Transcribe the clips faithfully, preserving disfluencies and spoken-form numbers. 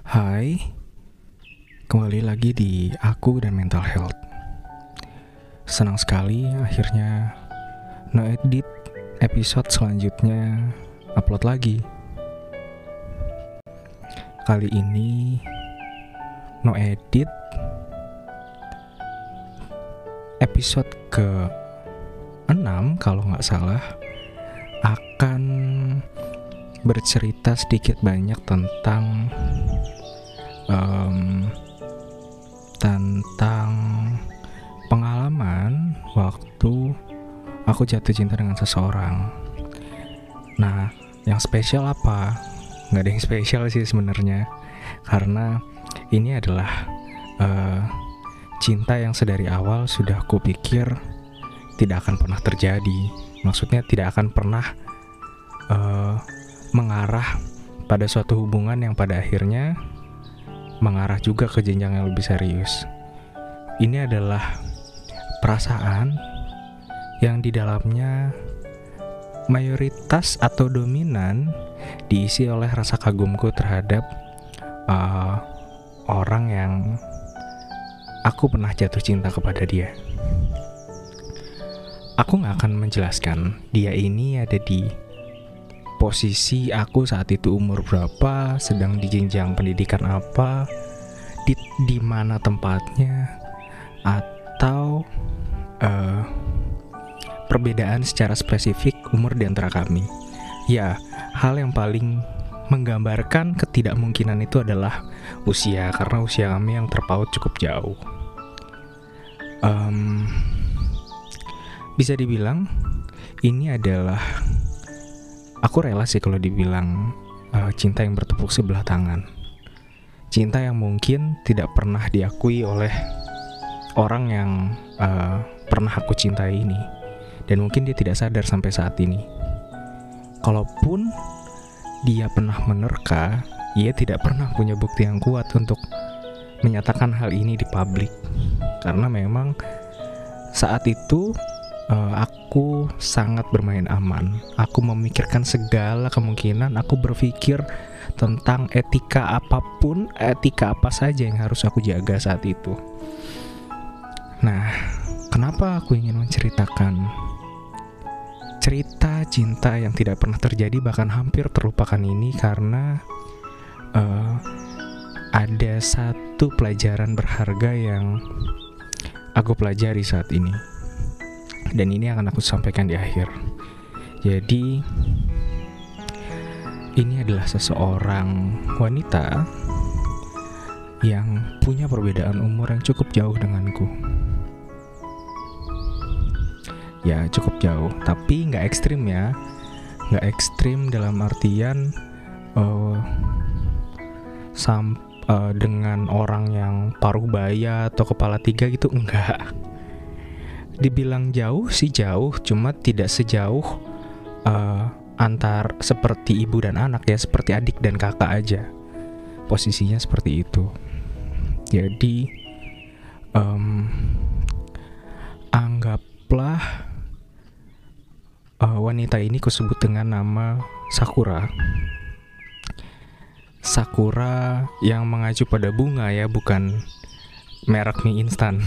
Hai, kembali lagi di Aku dan Mental Health. Senang sekali akhirnya No Edit episode selanjutnya upload lagi. Kali ini No Edit episode ke enam kalau nggak salah akan bercerita sedikit banyak tentang um, tentang pengalaman waktu aku jatuh cinta dengan seseorang. Nah, yang spesial apa? Nggak ada yang spesial sih sebenarnya, karena ini adalah uh, cinta yang sedari awal sudah kupikir tidak akan pernah terjadi. Maksudnya tidak akan pernah uh, mengarah pada suatu hubungan yang pada akhirnya mengarah juga ke jenjang yang lebih serius. Ini adalah perasaan yang di dalamnya mayoritas atau dominan diisi oleh rasa kagumku terhadap uh, orang yang aku pernah jatuh cinta kepada dia. Aku gak akan menjelaskan dia ini ada di posisi aku saat itu umur berapa, sedang di jenjang pendidikan apa, di di mana tempatnya, atau uh, perbedaan secara spesifik umur di antara kami. Ya, hal yang paling menggambarkan ketidakmungkinan itu adalah usia, karena usia kami yang terpaut cukup jauh. Um, bisa dibilang ini adalah, aku rela sih kalau dibilang uh, cinta yang bertepuk sebelah tangan. Cinta yang mungkin tidak pernah diakui oleh orang yang uh, pernah aku cintai ini. Dan mungkin dia tidak sadar sampai saat ini. Kalaupun dia pernah menerka, ia tidak pernah punya bukti yang kuat untuk menyatakan hal ini di publik. Karena memang saat itu Uh, aku sangat bermain aman. Aku memikirkan segala kemungkinan. Aku berpikir tentang etika apapun, etika apa saja yang harus aku jaga saat itu. Nah, kenapa aku ingin menceritakan cerita cinta yang tidak pernah terjadi, bahkan hampir terlupakan ini? Karena uh, ada satu pelajaran berharga yang aku pelajari saat ini. Dan ini akan aku sampaikan di akhir. Jadi, ini adalah seseorang wanita yang punya perbedaan umur yang cukup jauh denganku. Ya, cukup jauh, tapi nggak ekstrim ya. Nggak ekstrim dalam artian uh, sam, uh, dengan orang yang paruh baya atau kepala tiga gitu, enggak. Dibilang jauh sih jauh, cuma tidak sejauh uh, antar seperti ibu dan anak ya, seperti adik dan kakak aja. Posisinya seperti itu. Jadi um, anggaplah uh, wanita ini kusebut dengan nama Sakura. Sakura yang mengacu pada bunga ya, bukan merek mie instan.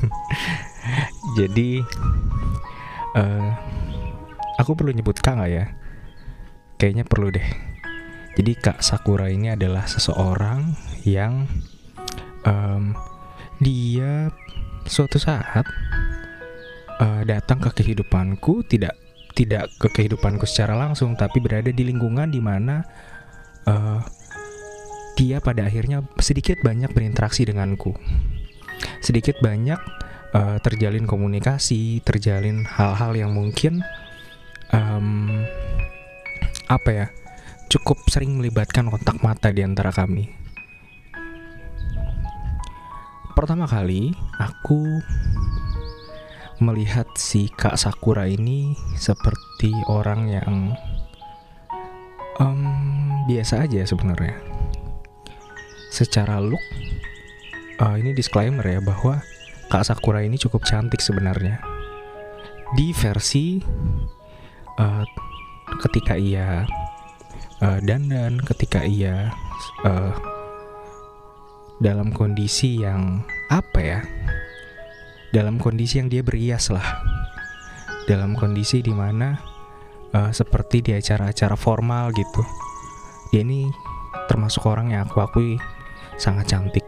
Jadi uh, aku perlu nyebut Kak gak ya? Kayaknya perlu deh. Jadi Kak Sakura ini adalah seseorang yang um, dia suatu saat uh, datang ke kehidupanku. Tidak tidak ke kehidupanku secara langsung, tapi berada di lingkungan di mana uh, dia pada akhirnya sedikit banyak berinteraksi denganku. Sedikit banyak uh, terjalin komunikasi, terjalin hal-hal yang mungkin um, apa ya, cukup sering melibatkan kontak mata di antara kami. Pertama kali aku melihat si Kak Sakura ini seperti orang yang um, biasa aja sebenarnya. Secara look, Uh, ini disclaimer ya, bahwa Kak Sakura ini cukup cantik sebenarnya. Di versi uh, ketika ia uh, dandan, ketika ia uh, dalam kondisi yang apa ya, dalam kondisi yang dia berias lah, dalam kondisi dimana uh, seperti di acara-acara formal gitu. Dia ini termasuk orang yang aku akui sangat cantik.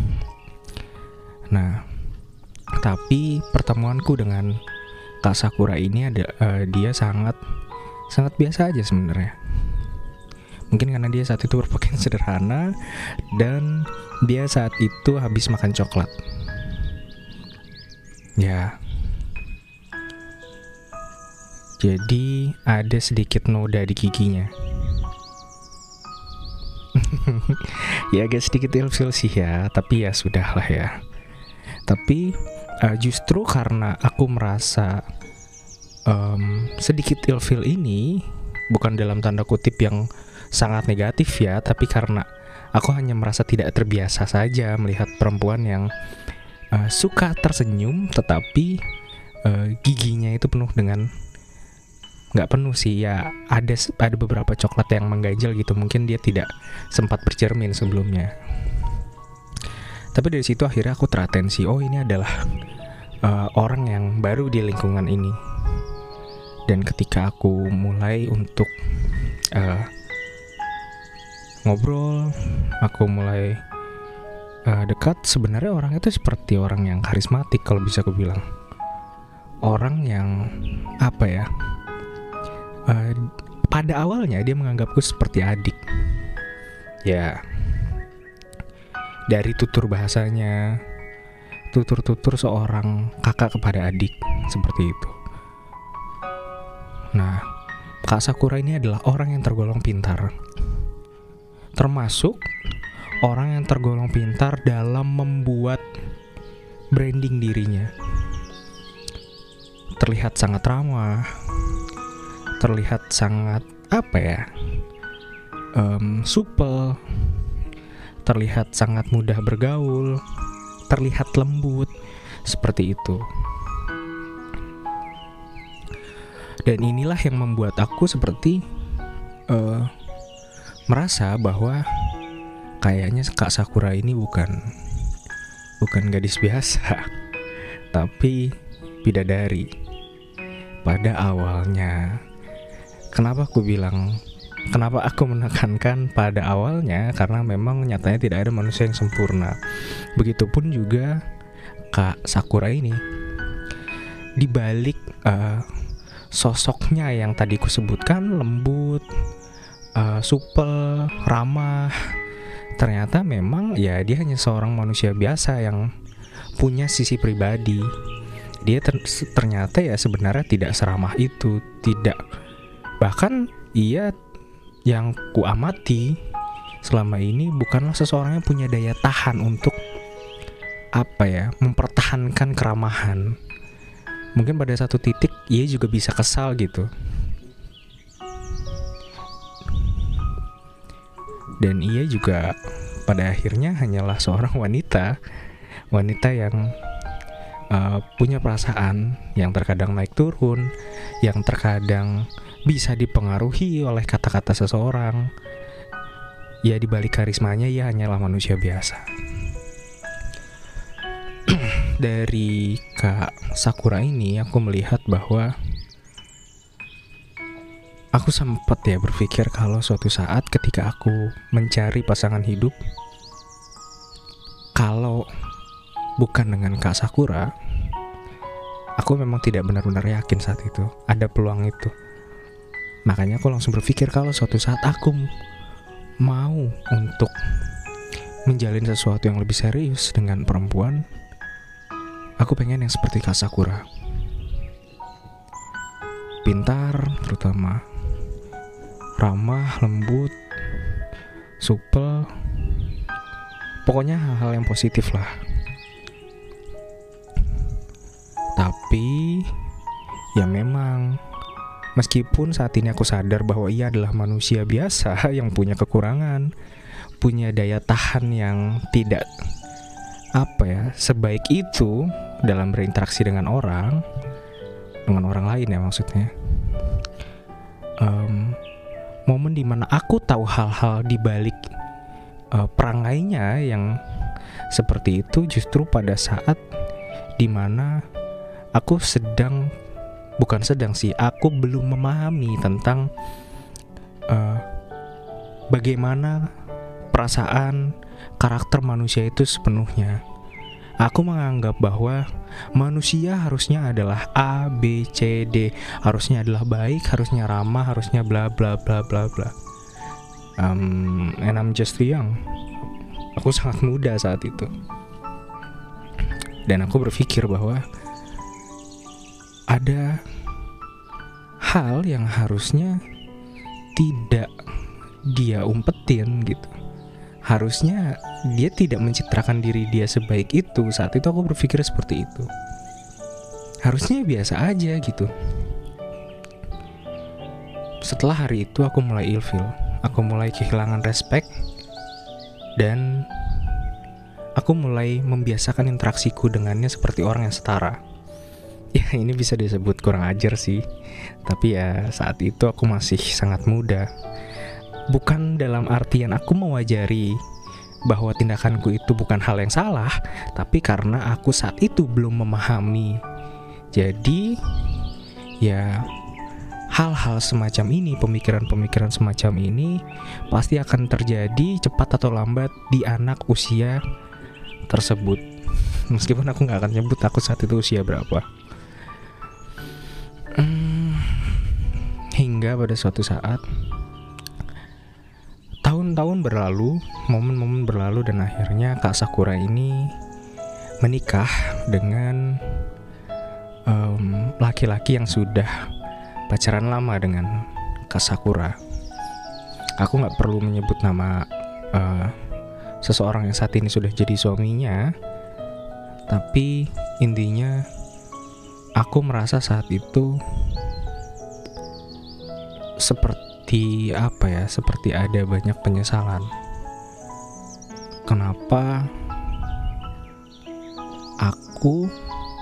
Nah, tapi pertemuanku dengan Kak Sakura ini ada uh, dia sangat sangat biasa aja sebenarnya. Mungkin karena dia saat itu berpakaian sederhana dan dia saat itu habis makan coklat. Ya. Jadi ada sedikit noda di giginya. Ya agak sedikit ilfil sih ya, tapi ya sudahlah ya. Tapi uh, justru karena aku merasa um, sedikit ilfil ini bukan dalam tanda kutip yang sangat negatif ya, tapi karena aku hanya merasa tidak terbiasa saja melihat perempuan yang uh, suka tersenyum tetapi uh, giginya itu penuh dengan, nggak penuh sih ya, ada ada beberapa coklat yang mengganjal gitu. Mungkin dia tidak sempat bercermin sebelumnya. Tapi dari situ akhirnya aku teratensi, oh ini adalah uh, orang yang baru di lingkungan ini. Dan ketika aku mulai untuk uh, ngobrol, aku mulai uh, dekat, sebenarnya orang itu seperti orang yang karismatik kalau bisa aku bilang. Orang yang apa ya, uh, pada awalnya dia menganggapku seperti adik. Ya, dari tutur bahasanya, tutur-tutur seorang kakak kepada adik, seperti itu. Nah, Kak Sakura ini adalah orang yang tergolong pintar, termasuk orang yang tergolong pintar dalam membuat branding dirinya. Terlihat sangat ramah, terlihat sangat apa ya, um, supel, terlihat sangat mudah bergaul, terlihat lembut, seperti itu. Dan inilah yang membuat aku seperti uh, merasa bahwa kayaknya Kak Sakura ini bukan bukan gadis biasa, tapi bidadari. Pada awalnya, kenapa aku bilang, kenapa aku menekankan pada awalnya, karena memang nyatanya tidak ada manusia yang sempurna. Begitupun juga Kak Sakura ini, di balik uh, sosoknya yang tadi ku sebutkan, lembut, uh, supel, ramah, ternyata memang ya dia hanya seorang manusia biasa yang punya sisi pribadi. Dia ter- ternyata ya sebenarnya tidak seramah itu, tidak, bahkan ia yang ku amati selama ini bukanlah seseorang yang punya daya tahan untuk apa ya, mempertahankan keramahan. Mungkin pada satu titik ia juga bisa kesal gitu. Dan ia juga pada akhirnya hanyalah seorang wanita, wanita yang uh, punya perasaan yang terkadang naik turun, yang terkadang bisa dipengaruhi oleh kata-kata seseorang. Ya di balik karismanya ia hanyalah manusia biasa. Dari Kak Sakura ini aku melihat bahwa aku sempat ya berpikir kalau suatu saat ketika aku mencari pasangan hidup, kalau bukan dengan Kak Sakura, aku memang tidak benar-benar yakin saat itu ada peluang itu. Makanya aku langsung berpikir kalau suatu saat aku mau untuk menjalin sesuatu yang lebih serius dengan perempuan, aku pengen yang seperti Kak Sakura. Pintar terutama, ramah, lembut, supel, pokoknya hal-hal yang positif lah. Tapi ya memang meskipun saat ini aku sadar bahwa ia adalah manusia biasa yang punya kekurangan, punya daya tahan yang tidak apa ya, sebaik itu dalam berinteraksi dengan orang, dengan orang lain ya maksudnya. Um, momen dimana aku tahu hal-hal di balik uh, perangainya yang seperti itu justru pada saat dimana aku sedang, bukan sedang sih, aku belum memahami tentang uh, bagaimana perasaan karakter manusia itu sepenuhnya. Aku menganggap bahwa manusia harusnya adalah A, B, C, D, harusnya adalah baik, harusnya ramah, harusnya bla bla bla bla bla. Um, and I'm just young. Aku sangat muda saat itu. Dan aku berpikir bahwa ada hal yang harusnya tidak dia umpetin gitu. Harusnya dia tidak mencitrakan diri dia sebaik itu. Saat itu aku berpikir seperti itu. Harusnya biasa aja gitu. Setelah hari itu aku mulai ilfil. Aku mulai kehilangan respect. Dan aku mulai membiasakan interaksiku dengannya seperti orang yang setara. Ya ini bisa disebut kurang ajar sih. Tapi ya saat itu aku masih sangat muda. Bukan dalam artian aku mewajari bahwa tindakanku itu bukan hal yang salah, tapi karena aku saat itu belum memahami. Jadi ya hal-hal semacam ini, pemikiran-pemikiran semacam ini pasti akan terjadi cepat atau lambat di anak usia tersebut. Meskipun aku gak akan nyebut aku saat itu usia berapa. hmm, Hingga pada suatu saat tahun-tahun berlalu, momen-momen berlalu, dan akhirnya Kak Sakura ini menikah dengan um, laki-laki yang sudah pacaran lama dengan Kak Sakura. Aku gak perlu menyebut nama uh, seseorang yang saat ini sudah jadi suaminya, tapi intinya aku merasa saat itu seperti Seperti apa ya, seperti ada banyak penyesalan. Kenapa aku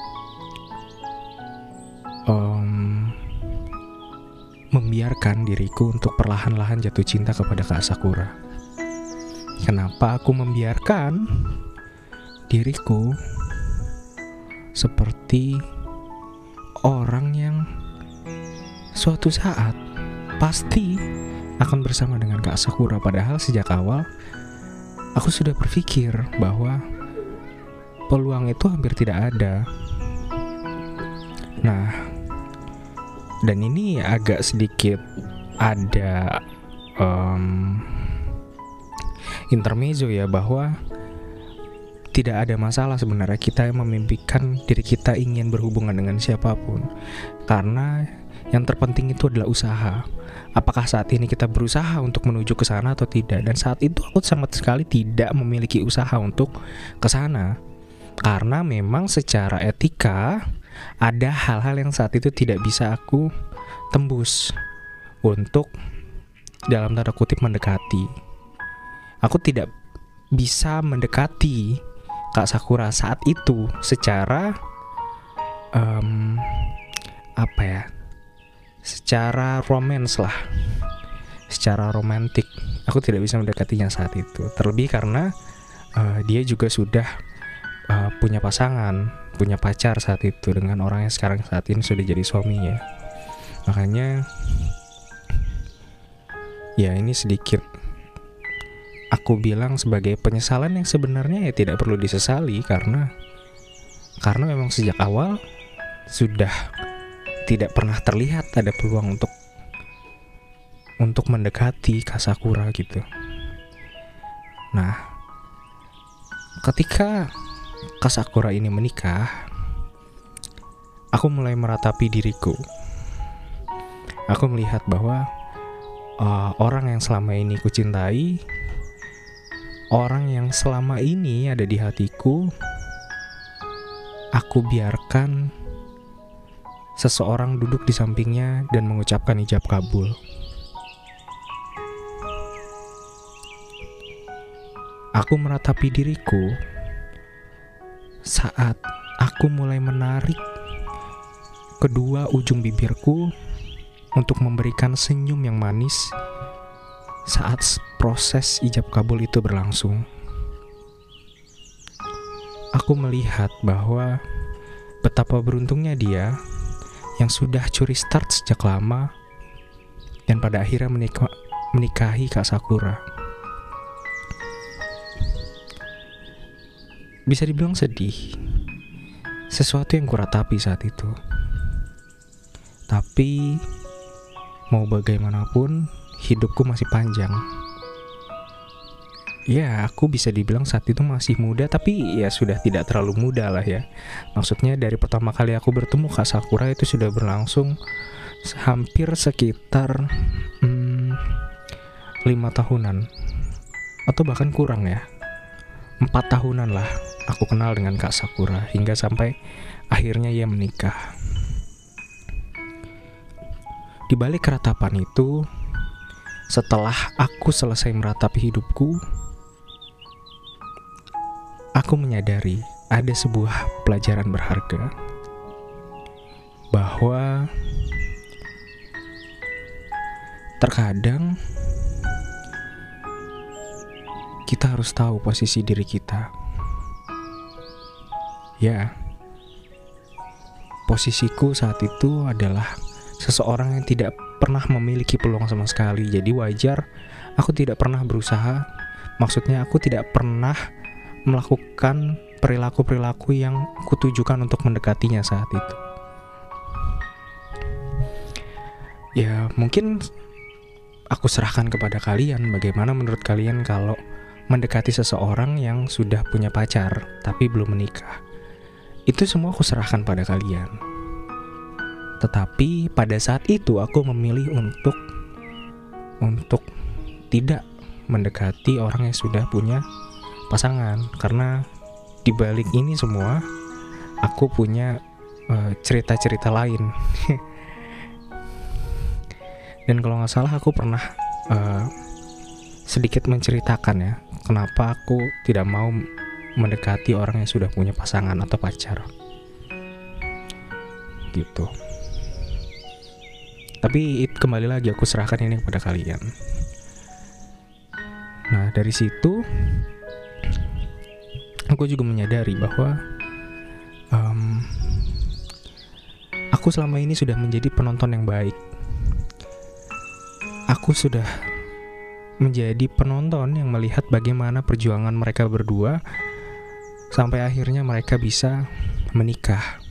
um, membiarkan diriku untuk perlahan-lahan jatuh cinta kepada Kak Sakura? Kenapa aku membiarkan diriku seperti orang yang suatu saat pasti akan bersama dengan Kak Sakura, padahal sejak awal aku sudah berpikir bahwa peluang itu hampir tidak ada. Nah, dan ini agak sedikit ada um, intermezzo ya, bahwa tidak ada masalah sebenarnya kita yang memimpikan diri kita ingin berhubungan dengan siapapun, karena yang terpenting itu adalah usaha. Apakah saat ini kita berusaha untuk menuju ke sana atau tidak? Dan saat itu aku sama sekali tidak memiliki usaha untuk ke sana. Karena memang secara etika ada hal-hal yang saat itu tidak bisa aku tembus untuk dalam tanda kutip mendekati. Aku tidak bisa mendekati Kak Sakura saat itu secara um, apa ya? Secara romans lah, secara romantik, aku tidak bisa mendekatinya saat itu. Terlebih karena uh, dia juga sudah uh, punya pasangan, punya pacar saat itu dengan orang yang sekarang saat ini sudah jadi suaminya. Makanya ya ini sedikit aku bilang sebagai penyesalan yang sebenarnya ya tidak perlu disesali, karena karena memang sejak awal sudah tidak pernah terlihat ada peluang untuk untuk mendekati Kak Sakura gitu. Nah, ketika Kak Sakura ini menikah, aku mulai meratapi diriku. Aku melihat bahwa uh, orang yang selama ini kucintai, orang yang selama ini ada di hatiku, aku biarkan seseorang duduk di sampingnya dan mengucapkan ijab kabul. Aku meratapi diriku saat aku mulai menarik kedua ujung bibirku untuk memberikan senyum yang manis saat proses ijab kabul itu berlangsung. aku melihat bahwa betapa beruntungnya dia yang sudah curi start sejak lama dan pada akhirnya menikah, menikahi Kak Sakura. Bisa dibilang sedih, sesuatu yang kuratapi saat itu. Tapi mau bagaimanapun hidupku masih panjang. Ya, aku bisa dibilang saat itu masih muda, tapi ya sudah tidak terlalu muda lah ya. Maksudnya dari pertama kali aku bertemu Kak Sakura itu sudah berlangsung hampir sekitar hmm, lima tahunan atau bahkan kurang ya, empat tahunan lah aku kenal dengan Kak Sakura hingga sampai akhirnya ia menikah. Di balik keratapan itu, setelah aku selesai meratapi hidupku, aku menyadari ada sebuah pelajaran berharga bahwa terkadang kita harus tahu posisi diri kita. Ya, posisiku saat itu adalah seseorang yang tidak pernah memiliki peluang sama sekali. Jadi wajar aku tidak pernah berusaha. Maksudnya aku tidak pernah melakukan perilaku-perilaku yang kutujukan untuk mendekatinya saat itu. Ya, mungkin aku serahkan kepada kalian. Bagaimana menurut kalian kalau mendekati seseorang yang sudah punya pacar tapi belum menikah? Itu semua aku serahkan pada kalian. Tetapi pada saat itu aku memilih untuk Untuk tidak mendekati orang yang sudah punya pasangan. Karena dibalik ini semua aku punya uh, cerita-cerita lain. Dan kalau gak salah aku pernah uh, sedikit menceritakan ya, kenapa aku tidak mau mendekati orang yang sudah punya pasangan atau pacar gitu. Tapi it, kembali lagi aku serahkan ini kepada kalian. Nah, dari situ aku juga menyadari bahwa um, aku selama ini sudah menjadi penonton yang baik. Aku sudah menjadi penonton yang melihat bagaimana perjuangan mereka berdua sampai akhirnya mereka bisa menikah.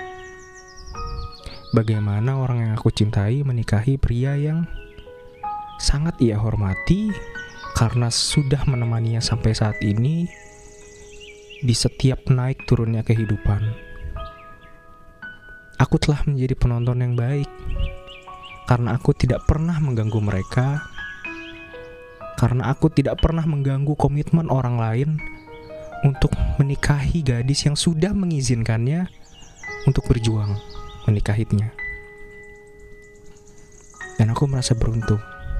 Bagaimana orang yang aku cintai menikahi pria yang sangat ia hormati karena sudah menemaninya sampai saat ini di setiap naik turunnya kehidupan. Aku telah menjadi penonton yang baik karena aku tidak pernah mengganggu mereka, karena aku tidak pernah mengganggu komitmen orang lain untuk menikahi gadis yang sudah mengizinkannya untuk berjuang menikahinya. Dan aku merasa beruntung.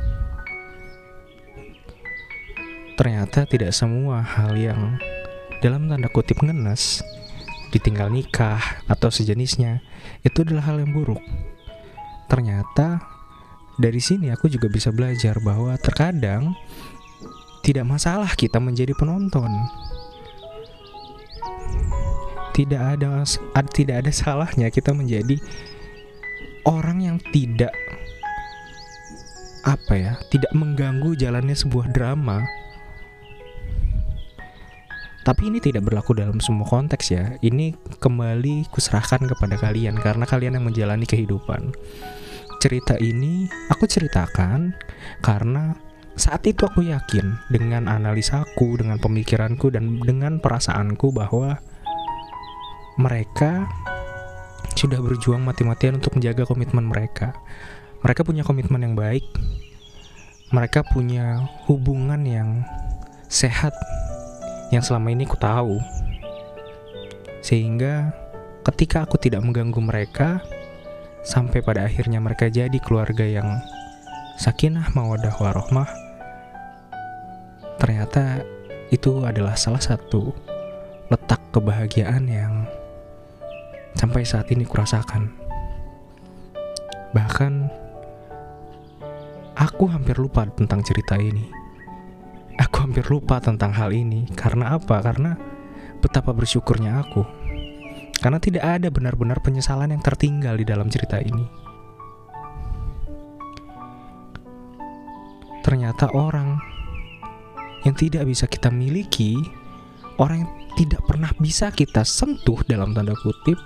Ternyata tidak semua hal yang dalam tanda kutip ngenes, ditinggal nikah atau sejenisnya, itu adalah hal yang buruk. Ternyata dari sini aku juga bisa belajar bahwa terkadang tidak masalah kita menjadi penonton. Tidak ada tidak ada salahnya kita menjadi orang yang tidak apa ya, tidak mengganggu jalannya sebuah drama. Tapi ini tidak berlaku dalam semua konteks ya. Ini kembali kuserahkan kepada kalian karena kalian yang menjalani kehidupan. Cerita ini aku ceritakan karena saat itu aku yakin dengan analisaku, dengan pemikiranku, dan dengan perasaanku bahwa mereka sudah berjuang mati-matian untuk menjaga komitmen mereka. Mereka punya komitmen yang baik. Mereka punya hubungan yang sehat yang selama ini ku tahu. Sehingga ketika aku tidak mengganggu mereka, sampai pada akhirnya mereka jadi keluarga yang sakinah mawaddah warohmah, ternyata itu adalah salah satu letak kebahagiaan yang sampai saat ini kurasakan. Bahkan aku hampir lupa tentang cerita ini. Aku hampir lupa tentang hal ini. Karena apa? Karena betapa bersyukurnya aku, karena tidak ada benar-benar penyesalan yang tertinggal di dalam cerita ini. Ternyata orang yang tidak bisa kita miliki, orang yang tidak pernah bisa kita sentuh dalam tanda kutip,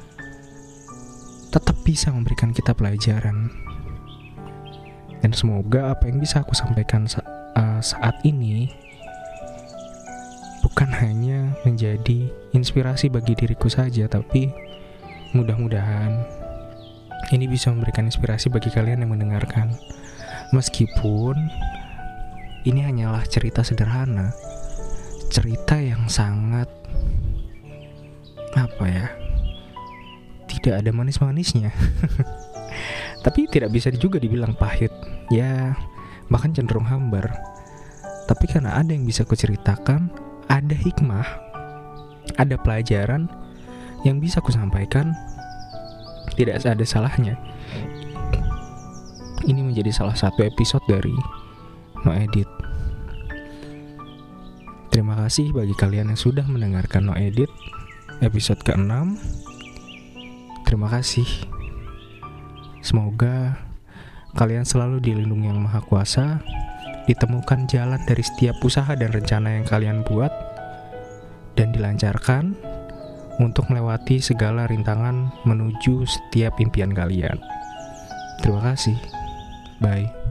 tetap bisa memberikan kita pelajaran. Dan semoga apa yang bisa aku sampaikan sa- uh, saat ini bukan hanya menjadi inspirasi bagi diriku saja, tapi mudah-mudahan ini bisa memberikan inspirasi bagi kalian yang mendengarkan. Meskipun ini hanyalah cerita sederhana, cerita yang sangat apa ya, tidak ada manis-manisnya. Tapi tidak bisa juga dibilang pahit, ya bahkan cenderung hambar. Tapi karena ada yang bisa kuceritakan, ada hikmah, ada pelajaran yang bisa kusampaikan, tidak ada salahnya. Ini menjadi salah satu episode dari No Edit. Terima kasih bagi kalian yang sudah mendengarkan No Edit episode keenam. Terima kasih. Semoga kalian selalu dilindungi Yang Maha Kuasa, ditemukan jalan dari setiap usaha dan rencana yang kalian buat, dan dilancarkan untuk melewati segala rintangan menuju setiap impian kalian. Terima kasih. Bye.